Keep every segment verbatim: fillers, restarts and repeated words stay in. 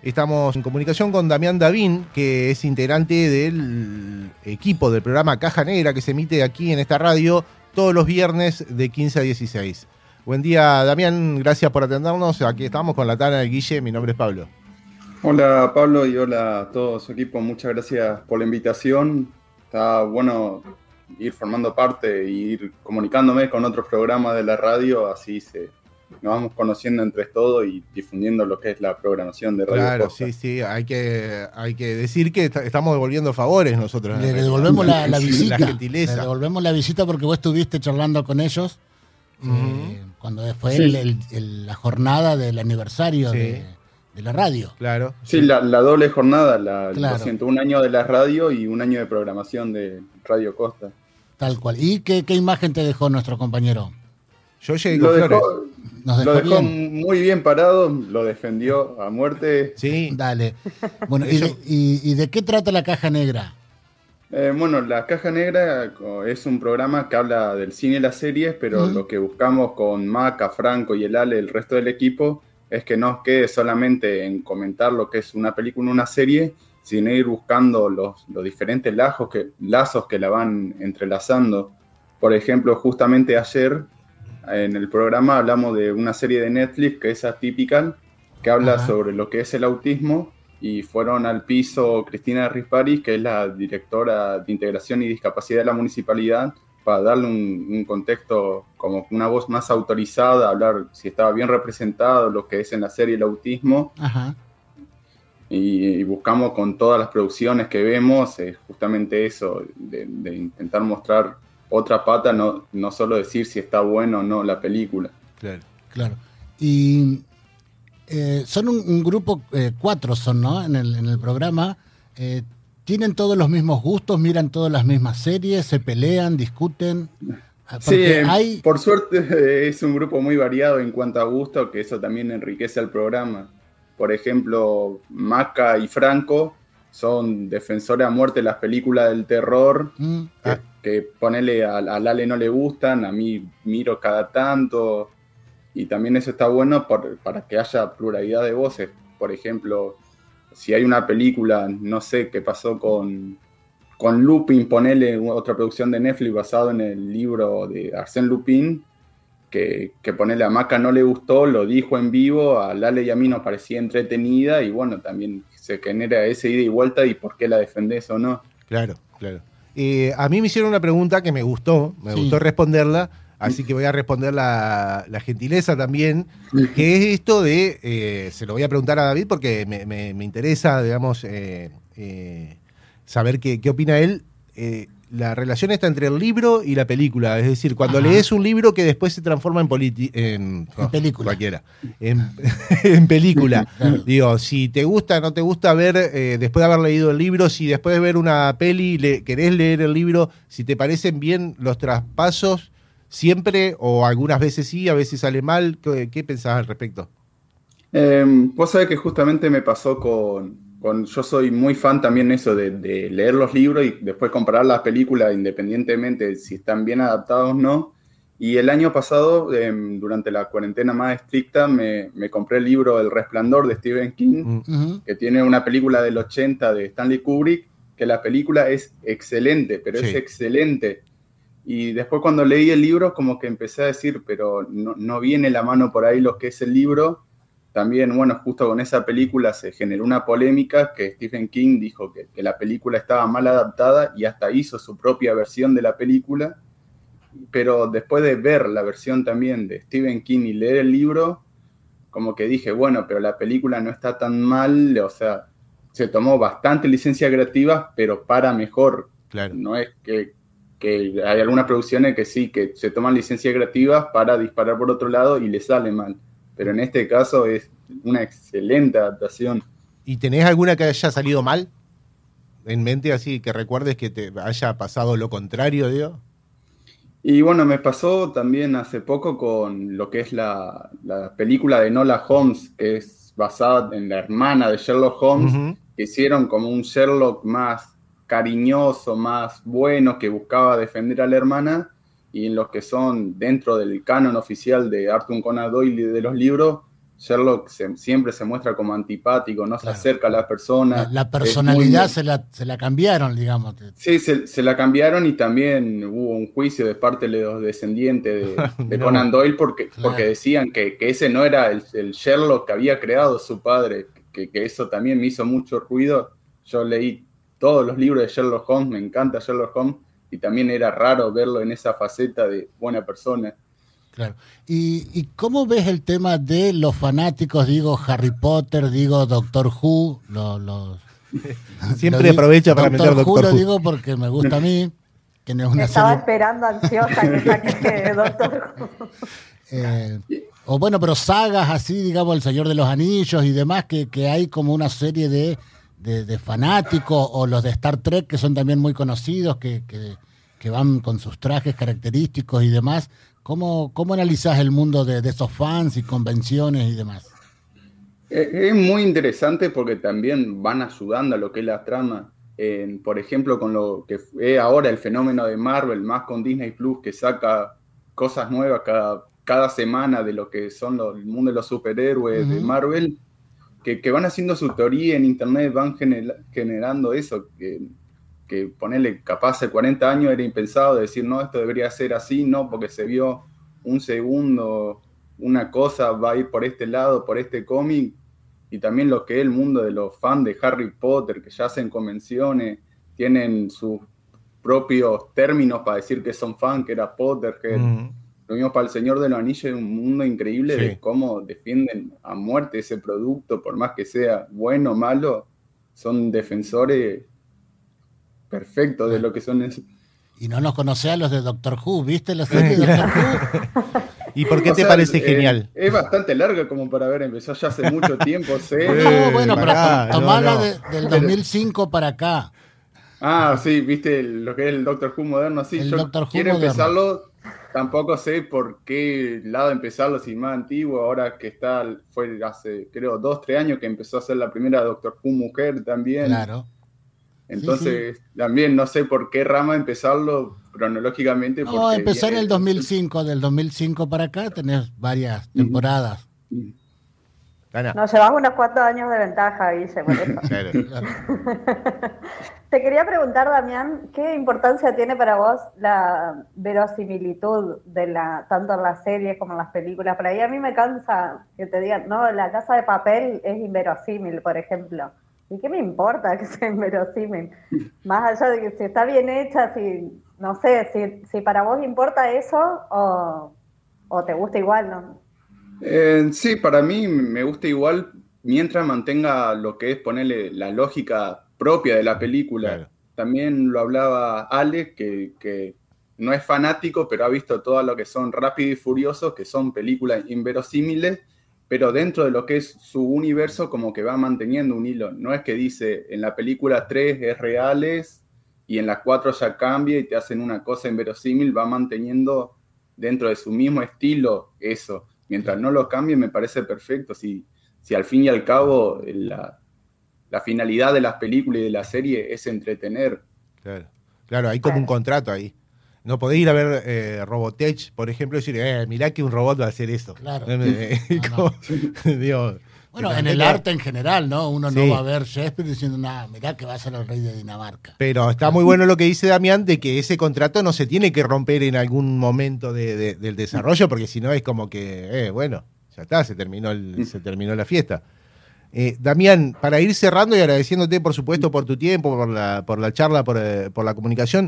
Estamos en comunicación con Damián Davín, que es integrante del equipo del programa Caja Negra, que se emite aquí en esta radio todos los viernes de quince a dieciséis. Buen día, Damián, gracias por atendernos. Aquí estamos con la Tana del Guille, mi nombre es Pablo. Hola Pablo y hola a todo su equipo, muchas gracias por la invitación. Está bueno ir formando parte e ir comunicándome con otros programas de la radio, así se, nos vamos conociendo entre todos y difundiendo lo que es la programación de Radio Claro, Costa. sí, sí, hay que, hay que decir que está, estamos devolviendo favores nosotros. Le devolvemos la, la visita, la gentileza. le devolvemos la visita porque vos estuviste charlando con ellos uh-huh. eh, cuando fue sí. el, el, el, la jornada del aniversario sí. de... de la radio. Claro. Sí, la, la doble jornada, la, claro. Lo siento, un año de la radio y un año de programación de Radio Costa. Tal cual. ¿Y qué, qué imagen te dejó nuestro compañero? Yo llegué con lo flores. Dejó, Nos dejó lo dejó bien. Muy bien parado, lo defendió a muerte. Sí. Dale. Bueno, ¿y de, y, ¿y de qué trata la Caja Negra? Eh, bueno, la Caja Negra es un programa que habla del cine y las series, pero uh-huh. lo que buscamos con Maca, Franco y el Ale, el resto del equipo, es que no quede solamente en comentar lo que es una película o una serie, sino ir buscando los, los diferentes lazos que, lazos que la van entrelazando. Por ejemplo, justamente ayer en el programa hablamos de una serie de Netflix que es Atypical, que habla Ajá. sobre lo que es el autismo, y fueron al piso Cristina Risparis, que es la directora de Integración y Discapacidad de la Municipalidad, para darle un, un contexto como una voz más autorizada, hablar si estaba bien representado lo que es en la serie el autismo. Ajá. Y, y buscamos con todas las producciones que vemos eh, justamente eso, de, de intentar mostrar otra pata, no, no solo decir si está bueno o no la película. Claro, claro. Y eh, son un, un grupo, eh, cuatro son, ¿no? En el, en el programa. Eh, ¿Tienen todos los mismos gustos? ¿Miran todas las mismas series? ¿Se pelean? ¿Discuten? Porque sí, hay... por suerte es un grupo muy variado en cuanto a gusto, que eso también enriquece al programa. Por ejemplo, Maca y Franco son defensores a muerte de las películas del terror, mm. que, ah. que ponele a, a Lale no le gustan, a mí miro cada tanto, y también eso está bueno por, para que haya pluralidad de voces. Por ejemplo, si hay una película, no sé qué pasó con, con Lupin, ponele otra producción de Netflix basado en el libro de Arsène Lupin, que, que ponele a Maca no le gustó, lo dijo en vivo, a Lale y a mí nos parecía entretenida, y bueno, también se genera ese ida y vuelta, y por qué la defendés o no. Claro, claro. Eh, a mí me hicieron una pregunta que me gustó, me sí. gustó responderla, así que voy a responder la, la gentileza también, que es esto de, eh, se lo voy a preguntar a David porque me, me, me interesa, digamos, eh, eh, saber qué, qué opina él. Eh, la relación está entre el libro y la película, es decir, cuando Ajá. lees un libro que después se transforma en, politi- en, en oh, película. Cualquiera, en, en película. Claro. Digo, si te gusta, no te gusta ver, eh, después de haber leído el libro, si después de ver una peli le, querés leer el libro, si te parecen bien los traspasos, siempre o algunas veces sí, a veces sale mal. ¿Qué, qué pensás al respecto? Eh, vos sabés que justamente me pasó con, con... Yo soy muy fan también eso de, de leer los libros y después comparar las películas independientemente de si están bien adaptados o no. Y el año pasado, eh, durante la cuarentena más estricta, me, me compré el libro El Resplandor de Stephen King, uh-huh. que tiene una película del ochenta de Stanley Kubrick, que la película es excelente, pero sí. es excelente. Y después cuando leí el libro como que empecé a decir, pero no, no viene la mano por ahí lo que es el libro. También, bueno, justo con esa película se generó una polémica que Stephen King dijo que, que la película estaba mal adaptada y hasta hizo su propia versión de la película. Pero después de ver la versión también de Stephen King y leer el libro, como que dije, bueno, pero la película no está tan mal, o sea, se tomó bastante licencia creativa, pero para mejor. Claro. No es que... que hay algunas producciones que sí, que se toman licencias creativas para disparar por otro lado y le sale mal. Pero en este caso es una excelente adaptación. ¿Y tenés alguna que haya salido mal en mente, así que recuerdes que te haya pasado lo contrario, digo? Y bueno, me pasó también hace poco con lo que es la, la película de Enola Holmes, que es basada en la hermana de Sherlock Holmes, uh-huh. que hicieron como un Sherlock más cariñoso, más bueno, que buscaba defender a la hermana, y en los que son dentro del canon oficial de Arthur Conan Doyle y de los libros, Sherlock se, siempre se muestra como antipático, no Claro. se acerca a las personas. La, la personalidad muy- se, la, se la cambiaron, digamos. Sí, se, se la cambiaron y también hubo un juicio de parte de los descendientes de, de No. Conan Doyle porque, Claro. porque decían que, que ese no era el, el Sherlock que había creado su padre, que, que eso también me hizo mucho ruido. Yo leí todos los libros de Sherlock Holmes, me encanta Sherlock Holmes, y también era raro verlo en esa faceta de buena persona. Claro. ¿Y, ¿Y cómo ves el tema de los fanáticos? Digo Harry Potter, digo Doctor Who, lo- los... Siempre lo di- aprovecha para meter Doctor Who. Doctor Lo Who. digo porque me gusta a mí, que no es una Estaba serie... esperando ansiosa que saque Doctor Who. eh, o bueno, pero sagas así, digamos, El Señor de los Anillos y demás, que, que hay como una serie de, de, de fanáticos, o los de Star Trek, que son también muy conocidos, que, que, que van con sus trajes característicos y demás. ¿Cómo, cómo analizás el mundo de, de esos fans y convenciones y demás? Es es muy interesante porque también van ayudando a lo que es la trama. En, por ejemplo, con lo que es ahora el fenómeno de Marvel, más con Disney Plus, que saca cosas nuevas cada, cada semana de lo que son los, el mundo de los superhéroes de Ujú. Marvel, que, que van haciendo su teoría en internet, van genera- generando eso, que, que ponerle capaz hace cuarenta años era impensado decir, no, esto debería ser así, no, porque se vio un segundo, una cosa va a ir por este lado, por este cómic, y también lo que es el mundo de los fans de Harry Potter, que ya hacen convenciones, tienen sus propios términos para decir que son fans, que era Potterhead. Mm. Lo mismo para El Señor de los Anillos, es un mundo increíble Sí. de cómo defienden a muerte ese producto, por más que sea bueno o malo, son defensores perfectos de lo que son esos. Y no nos conocés a los de Doctor Who, ¿viste la serie de Doctor Who? ¿Y por qué O te sea, parece eh, genial? Es bastante larga como para haber empezado ya hace mucho tiempo, sé. Eh, No, bueno, pero pará, to- tomala no, no. de- del dos mil cinco para acá. Ah, sí, viste el- lo que es el Doctor Who moderno, sí, El yo Doctor Who quiero moderno. empezarlo, tampoco sé por qué lado empezarlo, si más antiguo, ahora que está, fue hace creo dos, tres años que empezó a ser la primera Doctor Who mujer también, Claro. entonces también no sé por qué rama empezarlo cronológicamente. No, porque empezó en viene- el dos mil cinco, del dos mil cinco para acá tenés varias temporadas. Gana. Nos llevamos unos cuantos años de ventaja, Guille, por eso. Claro. Claro. Te quería preguntar, Damián, ¿qué importancia tiene para vos la verosimilitud de la, tanto en las series como en las películas? Por ahí a mí me cansa que te digan, no, La Casa de Papel es inverosímil, por ejemplo. ¿Y qué me importa que sea inverosímil? Más allá de que si está bien hecha, si, no sé, si, si para vos importa eso o, o te gusta igual, ¿no? Eh, sí, para mí me gusta igual mientras mantenga lo que es ponerle la lógica propia de la película. Claro. También lo hablaba Alex, que, que no es fanático, pero ha visto todo lo que son Rápido y Furioso, que son películas inverosímiles, pero dentro de lo que es su universo como que va manteniendo un hilo. No es que dice en la película tres es reales y en la cuatro ya cambia y te hacen una cosa inverosímil, va manteniendo dentro de su mismo estilo eso. Mientras no lo cambie me parece perfecto. Si, si al fin y al cabo la, la finalidad de las películas y de la serie es entretener. Claro, claro, hay como un contrato ahí. No podés ir a ver eh, Robotech, por ejemplo, y decir, eh, mirá que un robot va a hacer eso. Claro. Eh, No, como- digo, Bueno, que en el tenga- arte en general, ¿no? Uno Sí. no va a ver Shakespeare diciendo, nada, mirá que va a ser el rey de Dinamarca. Pero está muy bueno lo que dice Damián de que ese contrato no se tiene que romper en algún momento de- de- del desarrollo, porque si no es como que, eh, bueno, ya está, se terminó, el- se terminó la fiesta. Eh, Damián, para ir cerrando y agradeciéndote, por supuesto, por tu tiempo, por la, por la charla, por, eh, por la comunicación,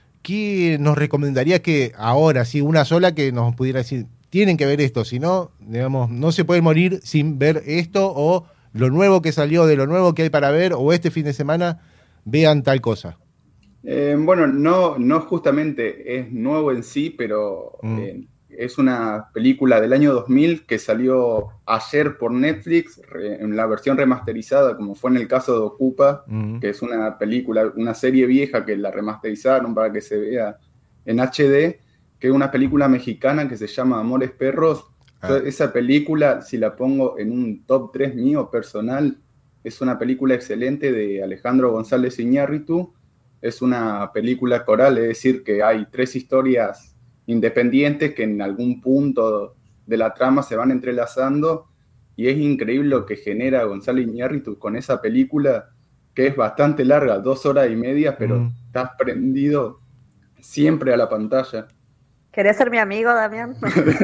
¿qué nos recomendarías que ahora, sí, una sola que nos pudiera decir, tienen que ver esto, si no, digamos, no se puede morir sin ver esto o lo nuevo que salió, de lo nuevo que hay para ver, o este fin de semana, vean tal cosa? Eh, bueno, no, no justamente es nuevo en sí, pero Mm. eh, es una película del año dos mil que salió ayer por Netflix re- en la versión remasterizada, como fue en el caso de Ocupa, Mm. que es una película, una serie vieja que la remasterizaron para que se vea en H D, que es una película mexicana que se llama Amores Perros. Ah. Yo esa película, si la pongo en un top tres mío personal, es una película excelente de Alejandro González Iñárritu. Es una película coral, es decir, que hay tres historias independientes que en algún punto de la trama se van entrelazando y es increíble lo que genera Gonzalo Iñárritu con esa película, que es bastante larga, dos horas y media, pero mm. estás prendido siempre a la pantalla. ¿Querés ser mi amigo, Damián?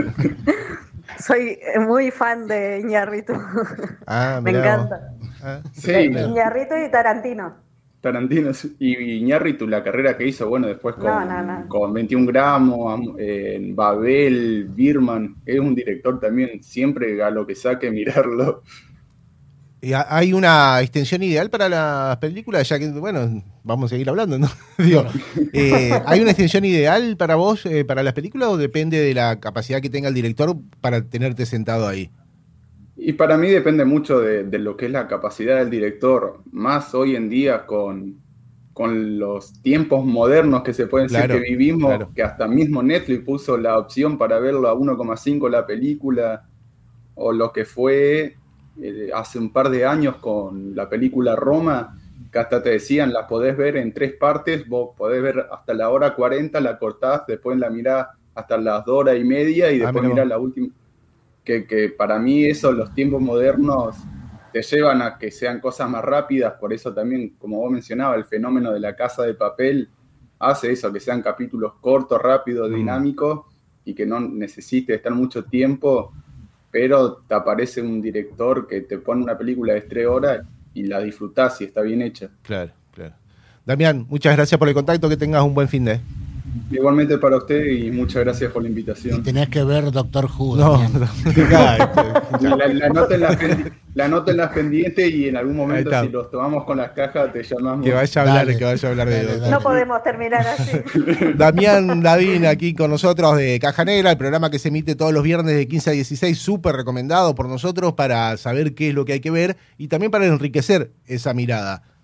Soy muy fan de Iñárritu. Ah, me encanta. Ah, sí. Iñárritu y Tarantino. Tarantino y Iñárritu, la carrera que hizo, bueno, después con, no, no, no. con veintiún gramos, eh, Babel, Birman, es un director también, siempre a lo que saque mirarlo. ¿Y hay una extensión ideal para las películas? Ya que, bueno, vamos a seguir hablando, ¿no? Digo, eh, ¿hay una extensión ideal para vos, eh, para las películas, o depende de la capacidad que tenga el director para tenerte sentado ahí? Y para mí depende mucho de, de lo que es la capacidad del director, más hoy en día con, con los tiempos modernos que se pueden decir claro, que vivimos, claro. que hasta mismo Netflix puso la opción para verlo a uno coma cinco la película, o lo que fue eh, hace un par de años con la película Roma, que hasta te decían, la podés ver en tres partes, vos podés ver hasta la hora cuarenta, la cortás, después la mirás hasta las dos horas y media y después ah, mirás la última... Que, que para mí eso, los tiempos modernos te llevan a que sean cosas más rápidas, por eso también, como vos mencionabas, el fenómeno de La Casa de Papel hace eso, que sean capítulos cortos, rápidos, mm. dinámicos, y que no necesite estar mucho tiempo, pero te aparece un director que te pone una película de tres horas y la disfrutás y está bien hecha. Claro, claro. Damián, muchas gracias por el contacto, que tengas un buen fin de... Igualmente para usted y muchas gracias por la invitación. Y tenés que ver Doctor Who. No, no, la, la, la, nota en la, la nota en las pendientes y en algún momento si los tomamos con las cajas te llamamos. Que vaya a hablar, dale, que vaya a hablar de dale, dale. No podemos terminar así. Damián Lavín aquí con nosotros de Caja Negra, el programa que se emite todos los viernes de quince a dieciséis, súper recomendado por nosotros para saber qué es lo que hay que ver y también para enriquecer esa mirada.